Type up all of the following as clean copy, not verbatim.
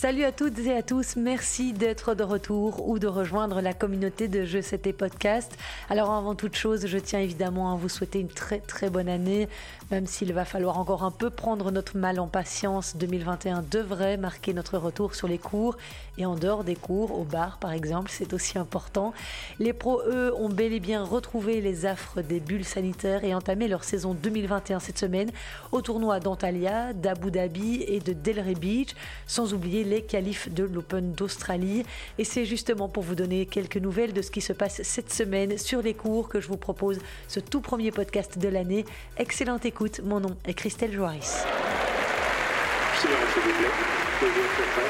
Salut à toutes et à tous, merci d'être de retour ou de rejoindre la communauté de Jeux C'était Podcast. Alors avant toute chose, je tiens évidemment à vous souhaiter une très très bonne année, même s'il va falloir encore un peu prendre notre mal en patience. 2021 devrait marquer notre retour sur les cours et en dehors des cours, au bar par exemple, c'est aussi important. Les pros, eux, ont bel et bien retrouvé les affres des bulles sanitaires et entamé leur saison 2021 cette semaine au tournoi d'Antalya, d'Abu Dhabi et de Delray Beach, sans oublier les qualifs de l'Open d'Australie. Et c'est justement pour vous donner quelques nouvelles de ce qui se passe cette semaine sur les cours que je vous propose ce tout premier podcast de l'année. Excellente écoute, mon nom est Christelle Joaris. Silence s'il vous plaît, posez votre prêt.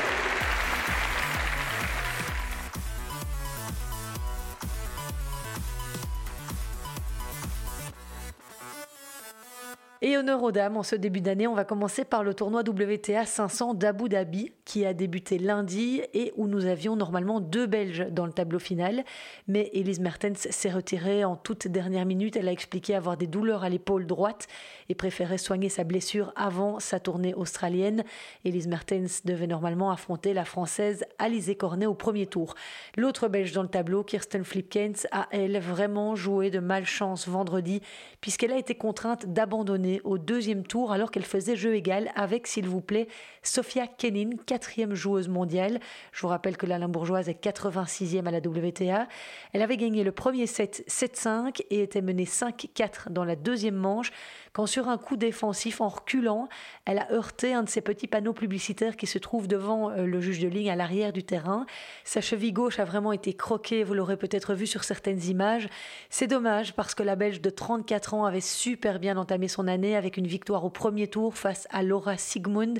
Et honneur aux dames, en ce début d'année, on va commencer par le tournoi WTA 500 d'Abu Dhabi qui a débuté lundi et où nous avions normalement 2 Belges dans le tableau final. Mais Elise Mertens s'est retirée en toute dernière minute. Elle a expliqué avoir des douleurs à l'épaule droite et préférait soigner sa blessure avant sa tournée australienne. Elise Mertens devait normalement affronter la Française Alizé Cornet au premier tour. L'autre Belge dans le tableau, Kirsten Flipkens, a elle vraiment joué de malchance vendredi puisqu'elle a été contrainte d'abandonner au deuxième tour alors qu'elle faisait jeu égal avec, s'il vous plaît, Sofia Kenin, 4e joueuse mondiale. Je vous rappelle que la Limbourgeoise est 86e à la WTA. Elle avait gagné le premier set 7-5 et était menée 5-4 dans la deuxième manche quand sur un coup défensif, en reculant, elle a heurté un de ces petits panneaux publicitaires qui se trouvent devant le juge de ligne à l'arrière du terrain. Sa cheville gauche a vraiment été croquée, vous l'aurez peut-être vu sur certaines images. C'est dommage parce que la Belge de 34 ans avait super bien entamé son année avec une victoire au premier tour face à Laura Siegemund,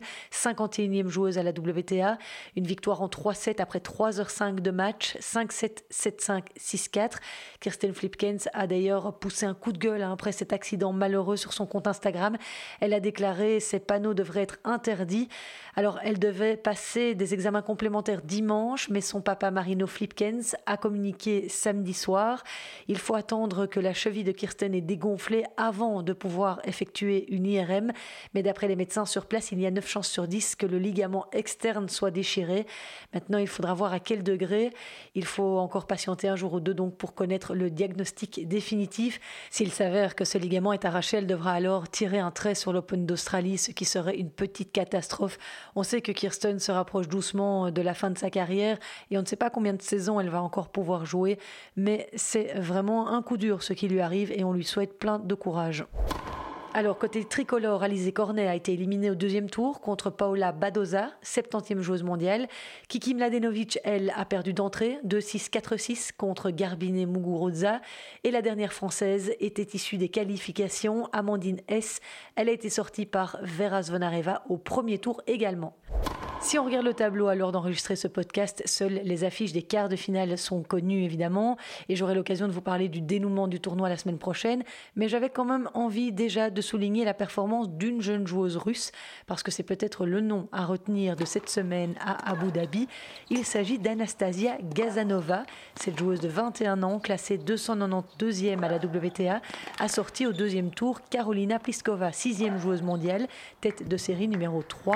51e joueuse à la WTA. Une victoire en 3-7 après 3h05 de match, 5-7, 7-5, 6-4. Kirsten Flipkens a d'ailleurs poussé un coup de gueule après cet accident malheureux sur son compte Instagram. Elle a déclaré ces panneaux devraient être interdits. Alors elle devait passer des examens complémentaires dimanche, mais son papa Marino Flipkens a communiqué samedi soir. Il faut attendre que la cheville de Kirsten est dégonflée avant de pouvoir effectuer une IRM, mais d'après les médecins sur place, il y a 9 chances sur 10 que le ligament externe soit déchiré. Maintenant, il faudra voir à quel degré. Il faut encore patienter un jour ou deux donc pour connaître le diagnostic définitif. S'il s'avère que ce ligament est arraché, elle devra alors tirer un trait sur l'Open d'Australie, ce qui serait une petite catastrophe. On sait que Kirsten se rapproche doucement de la fin de sa carrière et on ne sait pas combien de saisons elle va encore pouvoir jouer, mais c'est vraiment un coup dur ce qui lui arrive et on lui souhaite plein de courage. Alors, côté tricolore, Alizé Cornet a été éliminée au deuxième tour contre Paola Badosa, 70e joueuse mondiale. Kiki Mladenovic, elle, a perdu d'entrée, 2-6, 4-6 contre Garbiñe Muguruza. Et la dernière française était issue des qualifications, Amandine Hess. Elle a été sortie par Vera Zvonareva au premier tour également. Si on regarde le tableau à l'heure d'enregistrer ce podcast, seules les affiches des quarts de finale sont connues évidemment et j'aurai l'occasion de vous parler du dénouement du tournoi la semaine prochaine, mais j'avais quand même envie déjà de souligner la performance d'une jeune joueuse russe parce que c'est peut-être le nom à retenir de cette semaine à Abu Dhabi. Il s'agit d'Anastasia Gazanova, cette joueuse de 21 ans classée 292e à la WTA, a sorti au deuxième tour Karolina Pliskova, 6e joueuse mondiale, tête de série numéro 3.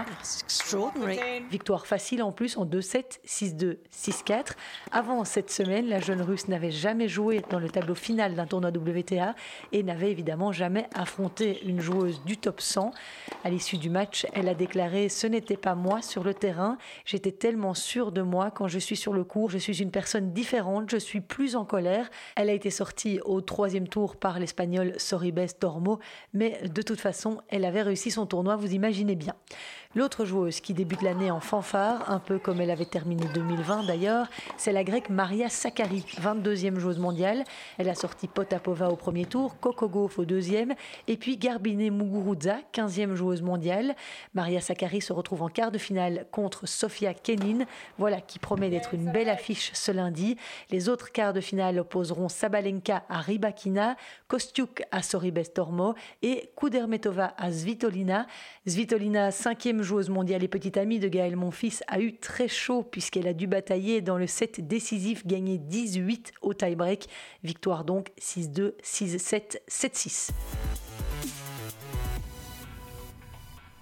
Victoire facile en plus en 2-7, 6-2, 6-4. Avant cette semaine, la jeune Russe n'avait jamais joué dans le tableau final d'un tournoi WTA et n'avait évidemment jamais affronté une joueuse du top 100. À l'issue du match, elle a déclaré « Ce n'était pas moi sur le terrain, j'étais tellement sûre de moi quand je suis sur le court, je suis une personne différente, je suis plus en colère ». Elle a été sortie au 3e tour par l'Espagnole Sorribes Tormo, mais de toute façon, elle avait réussi son tournoi, vous imaginez bien. L'autre joueuse qui débute l'année en fanfare, un peu comme elle avait terminé 2020 d'ailleurs, c'est la Grecque Maria Sakkari, 22e joueuse mondiale. Elle a sorti Potapova au premier tour, Coco Gauff au deuxième, et puis Garbiñe Muguruza, 15e joueuse mondiale. Maria Sakkari se retrouve en quart de finale contre Sofia Kenin, voilà qui promet d'être une belle affiche ce lundi. Les autres quarts de finale opposeront Sabalenka à Rybakina, Kostiuk à Sorribes Tormo et Kudermetova à Svitolina. Svitolina, 5e joueuse mondiale et petite amie de Gaël Monfils, a eu très chaud puisqu'elle a dû batailler dans le set décisif, gagné 18 au tie-break. Victoire donc 6-2, 6-7, 7-6.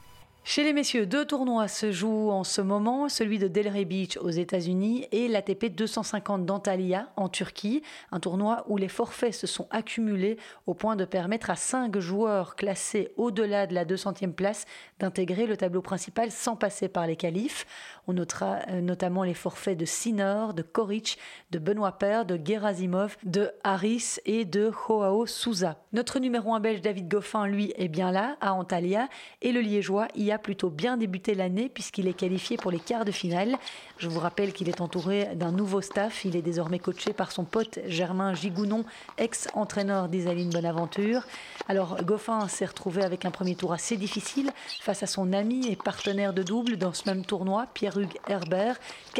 Chez les messieurs, 2 tournois se jouent en ce moment, celui de Delray Beach aux États-Unis et l'ATP 250 d'Antalya en Turquie, un tournoi où les forfaits se sont accumulés au point de permettre à 5 joueurs classés au-delà de la 200e place d'intégrer le tableau principal sans passer par les qualifs. On notera notamment les forfaits de Sinner, de Koric, de Benoît Paire, de Gerasimov, de Harris et de Joao Sousa. Notre numéro 1 belge David Goffin, lui, est bien là, à Antalya, et le Liégeois y a plutôt bien débuté l'année puisqu'il est qualifié pour les quarts de finale. Je vous rappelle qu'il est entouré d'un nouveau staff. Il est désormais coaché par son pote Germain Gigounon, ex-entraîneur d'Isaline Bonaventure. Alors Goffin s'est retrouvé avec un premier tour assez difficile face à son ami et partenaire de double dans ce même tournoi, Pierre-Hugues Herbert,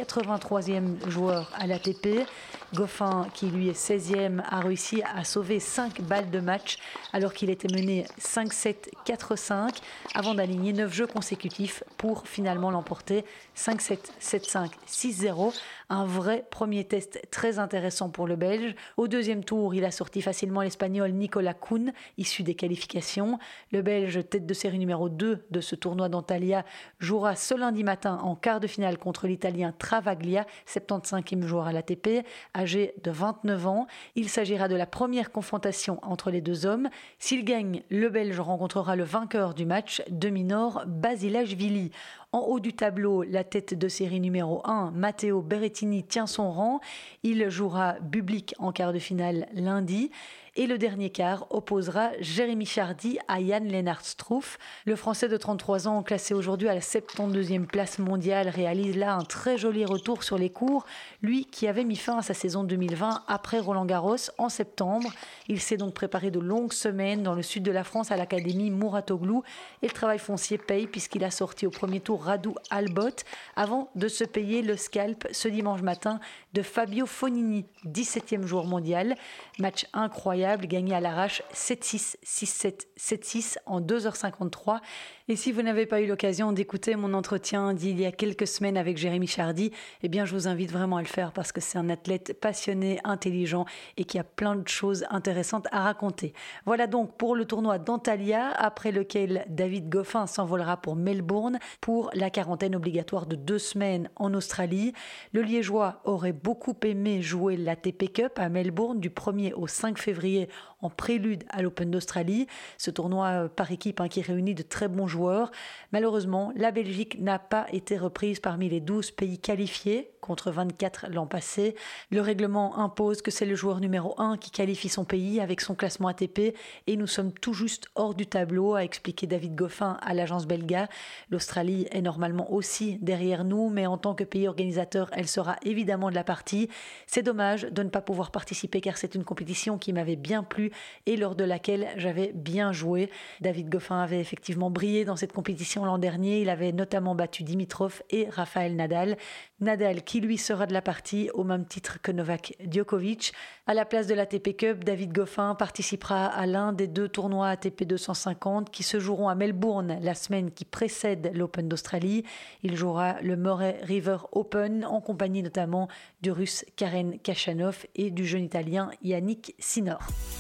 83e joueur à l'ATP. Goffin, qui lui est 16e, a réussi à sauver 5 balles de match alors qu'il était mené 5-7, 4-5 avant d'aligner 9 jeux consécutifs pour finalement l'emporter 5-7, 7-5, 6-0. Un vrai premier test très intéressant pour le Belge. Au deuxième tour, il a sorti facilement l'Espagnol Nicolas Kuhn, issu des qualifications. Le Belge, tête de série numéro 2 de ce tournoi d'Antalya, jouera ce lundi matin en quart de finale contre l'Italien Travaglia, 75e joueur à l'ATP, âgé de 29 ans. Il s'agira de la première confrontation entre les deux hommes. S'il gagne, le Belge rencontrera le vainqueur du match, demi-nord Basilashvili. En haut du tableau, la tête de série numéro 1, Matteo Berrettini, tient son rang. Il jouera Bublik en quart de finale lundi. Et le dernier quart opposera Jérémy Chardy à Jan-Lennard Struff. Le Français de 33 ans, classé aujourd'hui à la 72e place mondiale, réalise là un très joli retour sur les cours. Lui qui avait mis fin à sa saison 2020 après Roland-Garros en septembre. Il s'est donc préparé de longues semaines dans le sud de la France à l'Académie Mouratoglou. Et le travail foncier paye puisqu'il a sorti au premier tour Radu Albot avant de se payer le scalp ce dimanche matin de Fabio Fognini, 17e joueur mondial. Match incroyable, gagné à l'arrache 7-6, 6-7, 7-6 en 2h53. Et si vous n'avez pas eu l'occasion d'écouter mon entretien d'il y a quelques semaines avec Jérémy Chardy, eh bien je vous invite vraiment à le faire parce que c'est un athlète passionné, intelligent et qui a plein de choses intéressantes à raconter. Voilà donc pour le tournoi d'Antalya, après lequel David Goffin s'envolera pour Melbourne pour la quarantaine obligatoire de 2 semaines en Australie. Le Liégeois aurait beaucoup aimé jouer l'ATP Cup à Melbourne du 1er au 5 février en prélude à l'Open d'Australie. Ce tournoi par équipe qui réunit de très bons joueurs. Malheureusement, la Belgique n'a pas été reprise parmi les 12 pays qualifiés, contre 24 l'an passé. Le règlement impose que c'est le joueur numéro 1 qui qualifie son pays avec son classement ATP et nous sommes tout juste hors du tableau, a expliqué David Goffin à l'agence Belga. L'Australie est normalement aussi derrière nous, mais en tant que pays organisateur, elle sera évidemment de la partie. C'est dommage de ne pas pouvoir participer car c'est une compétition qui m'avait bien plu et lors de laquelle j'avais bien joué. David Goffin avait effectivement brillé dans cette compétition l'an dernier. Il avait notamment battu Dimitrov et Rafael Nadal. Nadal qui lui sera de la partie au même titre que Novak Djokovic. À la place de l'ATP Cup, David Goffin participera à l'un des 2 tournois ATP 250 qui se joueront à Melbourne la semaine qui précède l'Open d'Australie. Il jouera le Murray River Open en compagnie notamment du Russe Karen Khachanov et du jeune Italien Yannick Sinner.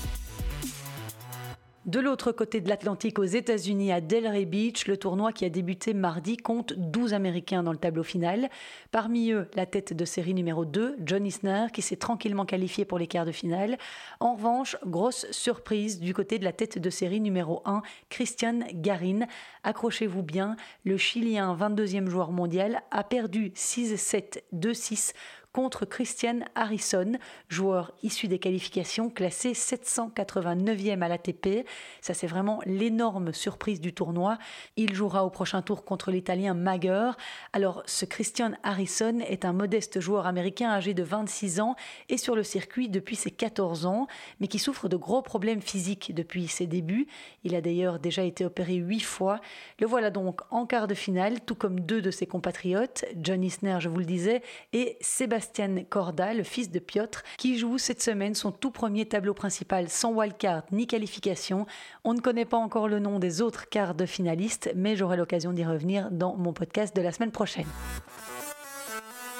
De l'autre côté de l'Atlantique, aux États-Unis, à Delray Beach, le tournoi qui a débuté mardi compte 12 Américains dans le tableau final. Parmi eux, la tête de série numéro 2, John Isner, qui s'est tranquillement qualifié pour les quarts de finale. En revanche, grosse surprise du côté de la tête de série numéro 1, Cristian Garin. Accrochez-vous bien, le Chilien, 22e joueur mondial, a perdu 6-7, 2-6 contre Christian Harrison, joueur issu des qualifications, classé 789e à l'ATP. Ça, c'est vraiment l'énorme surprise du tournoi. Il jouera au prochain tour contre l'Italien Mager. Alors, ce Christian Harrison est un modeste joueur américain âgé de 26 ans et sur le circuit depuis ses 14 ans, mais qui souffre de gros problèmes physiques depuis ses débuts. Il a d'ailleurs déjà été opéré 8 fois. Le voilà donc en quart de finale, tout comme 2 de ses compatriotes, John Isner, je vous le disais, et Sébastien Korda, le fils de Piotr, qui joue cette semaine son tout premier tableau principal sans wildcard ni qualification. On ne connaît pas encore le nom des autres quarts de finalistes, mais j'aurai l'occasion d'y revenir dans mon podcast de la semaine prochaine.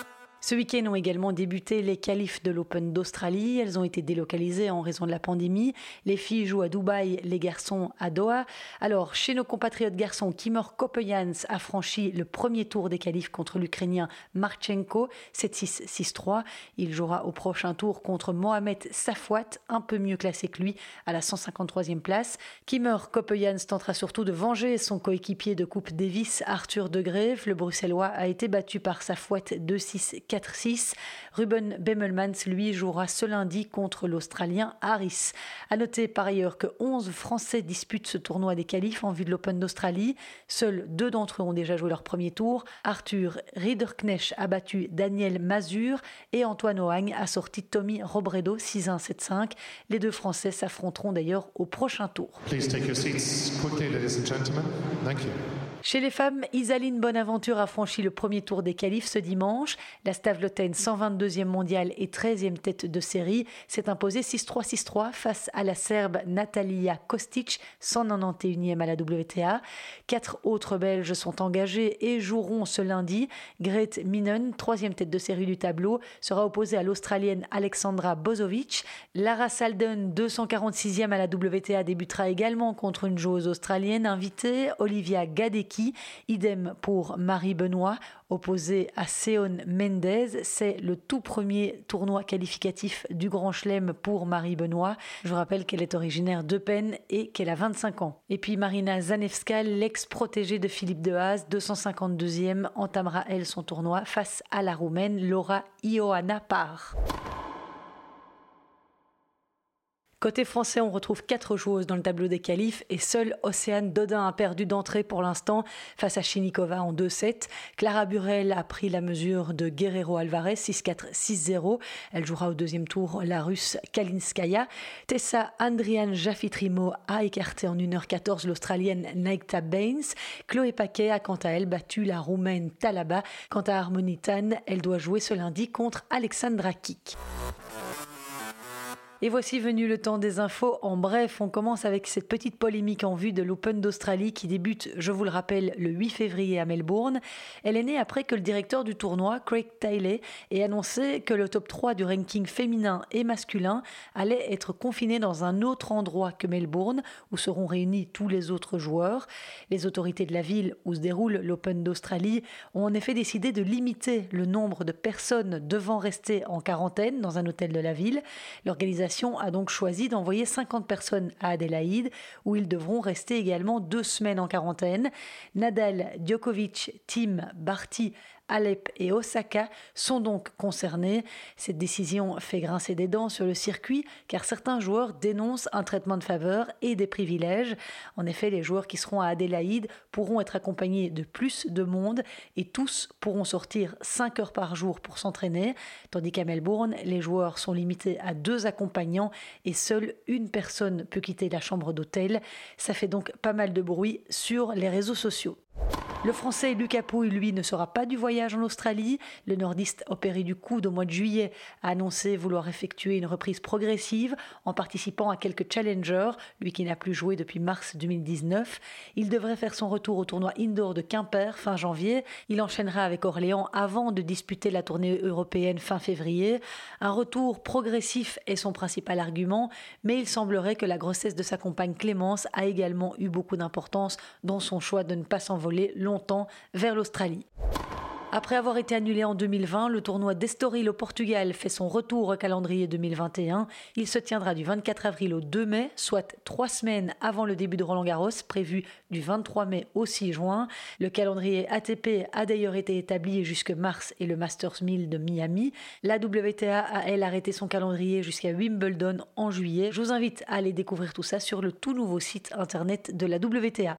Ce week-end ont également débuté les qualifs de l'Open d'Australie. Elles ont été délocalisées en raison de la pandémie. Les filles jouent à Dubaï, les garçons à Doha. Alors, chez nos compatriotes garçons, Timur Kopejans a franchi le premier tour des qualifs contre l'Ukrainien Marchenko, 7-6, 6-3. Il jouera au prochain tour contre Mohamed Safwat, un peu mieux classé que lui, à la 153e place. Timur Kopejans tentera surtout de venger son coéquipier de Coupe Davis, Arthur De Greef. Le Bruxellois a été battu par Safwat 2-6, 4-6. Ruben Bemelmans, lui, jouera ce lundi contre l'Australien Harris. À noter par ailleurs que 11 Français disputent ce tournoi des qualifs en vue de l'Open d'Australie. Seuls 2 d'entre eux ont déjà joué leur premier tour. Arthur Ridderknecht a battu Daniel Mazur et Antoine Ohagne a sorti Tommy Robredo 6-1, 7-5. Les 2 Français s'affronteront d'ailleurs au prochain tour. Please take your seats quickly, ladies and gentlemen. Thank you. Chez les femmes, Isaline Bonaventure a franchi le premier tour des qualifs ce dimanche. La Stavlotaine, 122e mondiale et 13e tête de série, s'est imposée 6-3, 6-3 face à la Serbe Natalia Kostic, 191e à la WTA. 4 autres Belges sont engagés et joueront ce lundi. Grete Minen, 3e tête de série du tableau, sera opposée à l'Australienne Alexandra Bozovic. Lara Salden, 246e à la WTA, débutera également contre une joueuse australienne invitée, Olivia Gadecki. Idem pour Marie Benoît, opposée à Seon Mendez. C'est le tout premier tournoi qualificatif du Grand Chelem pour Marie Benoît. Je vous rappelle qu'elle est originaire d'Eupen et qu'elle a 25 ans. Et puis Marina Zanevska, l'ex-protégée de Philippe Dehaze, 252e, entamera elle son tournoi face à la Roumaine Laura Ioana Parr. Côté français, on retrouve 4 joueuses dans le tableau des qualifs et seule Océane Dodin a perdu d'entrée pour l'instant face à Chinikova en 2-7. Clara Burel a pris la mesure de Guerrero Alvarez, 6-4, 6-0. Elle jouera au deuxième tour la Russe Kalinskaya. Tessa Andrian Jaffitrimo a écarté en 1h14 l'Australienne Naikta Baines. Chloé Paquet a quant à elle battu la Roumaine Talaba. Quant à Harmony Tan, elle doit jouer ce lundi contre Alexandra Kik. Et voici venu le temps des infos. En bref, on commence avec cette petite polémique en vue de l'Open d'Australie qui débute, je vous le rappelle, le 8 février à Melbourne. Elle est née après que le directeur du tournoi, Craig Tiley, ait annoncé que le top 3 du ranking féminin et masculin allait être confiné dans un autre endroit que Melbourne, où seront réunis tous les autres joueurs. Les autorités de la ville où se déroule l'Open d'Australie ont en effet décidé de limiter le nombre de personnes devant rester en quarantaine dans un hôtel de la ville. L'organisation a donc choisi d'envoyer 50 personnes à Adélaïde, où ils devront rester également 2 semaines en quarantaine. Nadal, Djokovic, Thiem, Barty, Alep et Osaka sont donc concernés. Cette décision fait grincer des dents sur le circuit car certains joueurs dénoncent un traitement de faveur et des privilèges. En effet, les joueurs qui seront à Adélaïde pourront être accompagnés de plus de monde et tous pourront sortir 5 heures par jour pour s'entraîner, tandis qu'à Melbourne, les joueurs sont limités à 2 accompagnants et seule une personne peut quitter la chambre d'hôtel. Ça fait donc pas mal de bruit sur les réseaux sociaux. Le Français Lucas Pouille, lui, ne sera pas du voyage en Australie. Le nordiste opéré du coude au mois de juillet a annoncé vouloir effectuer une reprise progressive en participant à quelques challengers, lui qui n'a plus joué depuis mars 2019. Il devrait faire son retour au tournoi indoor de Quimper fin janvier. Il enchaînera avec Orléans avant de disputer la tournée européenne fin février. Un retour progressif est son principal argument, mais il semblerait que la grossesse de sa compagne Clémence a également eu beaucoup d'importance dans son choix de ne pas s'envoler longtemps vers l'Australie. Après avoir été annulé en 2020, le tournoi d'Estoril au Portugal fait son retour au calendrier 2021. Il se tiendra du 24 avril au 2 mai, soit 3 semaines avant le début de Roland-Garros, prévu du 23 mai au 6 juin. Le calendrier ATP a d'ailleurs été établi jusque mars et le Masters 1000 de Miami. La WTA a, elle, arrêté son calendrier jusqu'à Wimbledon en juillet. Je vous invite à aller découvrir tout ça sur le tout nouveau site internet de la WTA.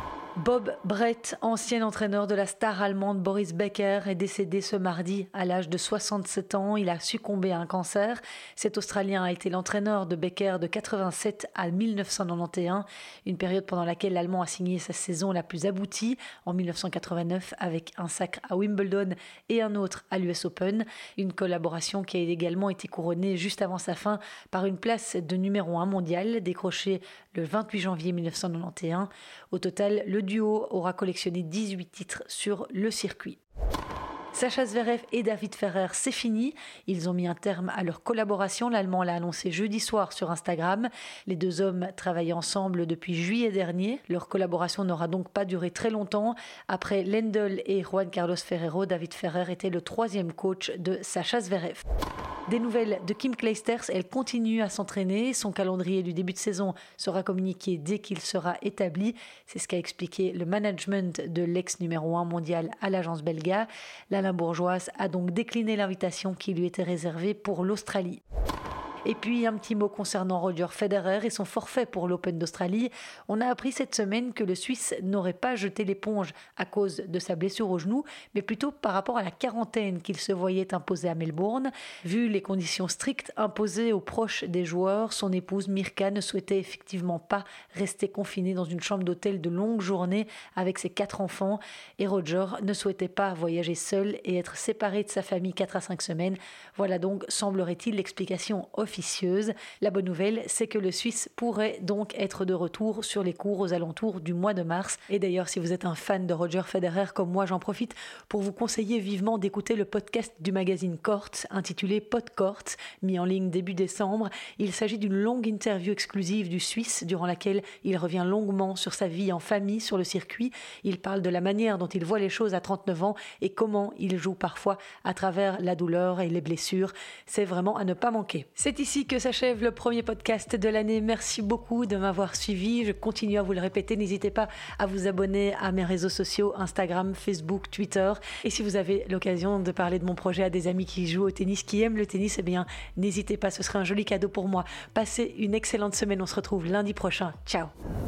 Bob Brett, ancien entraîneur de la star allemande Boris Becker, est décédé ce mardi à l'âge de 67 ans. Il a succombé à un cancer. Cet Australien a été l'entraîneur de Becker de 87 à 1991, une période pendant laquelle l'Allemand a signé sa saison la plus aboutie en 1989 avec un sacre à Wimbledon et un autre à l'US Open. Une collaboration qui a également été couronnée juste avant sa fin par une place de numéro 1 mondial décrochée le 28 janvier 1991. Au total, le duo aura collectionné 18 titres sur le circuit. Sacha Zverev et David Ferrer, c'est fini. Ils ont mis un terme à leur collaboration. L'Allemand l'a annoncé jeudi soir sur Instagram. Les deux hommes travaillent ensemble depuis juillet dernier. Leur collaboration n'aura donc pas duré très longtemps. Après Lendl et Juan Carlos Ferrero, David Ferrer était le 3e coach de Sacha Zverev. Des nouvelles de Kim Clijsters, elle continue à s'entraîner. Son calendrier du début de saison sera communiqué dès qu'il sera établi. C'est ce qu'a expliqué le management de l'ex-numéro 1 mondial à l'agence belga. La Limbourgeoise a donc décliné l'invitation qui lui était réservée pour l'Australie. Et puis un petit mot concernant Roger Federer et son forfait pour l'Open d'Australie. On a appris cette semaine que le Suisse n'aurait pas jeté l'éponge à cause de sa blessure au genou, mais plutôt par rapport à la quarantaine qu'il se voyait imposer à Melbourne. Vu les conditions strictes imposées aux proches des joueurs, son épouse Mirka ne souhaitait effectivement pas rester confinée dans une chambre d'hôtel de longues journées avec ses 4 enfants. Et Roger ne souhaitait pas voyager seul et être séparé de sa famille 4 à 5 semaines. Voilà donc, semblerait-il, l'explication officielle. La bonne nouvelle, c'est que le Suisse pourrait donc être de retour sur les courts aux alentours du mois de mars. Et d'ailleurs, si vous êtes un fan de Roger Federer comme moi, j'en profite pour vous conseiller vivement d'écouter le podcast du magazine Court, intitulé Podcourt, mis en ligne début décembre. Il s'agit d'une longue interview exclusive du Suisse, durant laquelle il revient longuement sur sa vie en famille sur le circuit. Il parle de la manière dont il voit les choses à 39 ans et comment il joue parfois à travers la douleur et les blessures. C'est vraiment à ne pas manquer. C'est ici que s'achève le premier podcast de l'année. Merci beaucoup de m'avoir suivi. Je continue à vous le répéter. N'hésitez pas à vous abonner à mes réseaux sociaux, Instagram, Facebook, Twitter. Et si vous avez l'occasion de parler de mon projet à des amis qui jouent au tennis, qui aiment le tennis, eh bien, n'hésitez pas. Ce serait un joli cadeau pour moi. Passez une excellente semaine. On se retrouve lundi prochain. Ciao.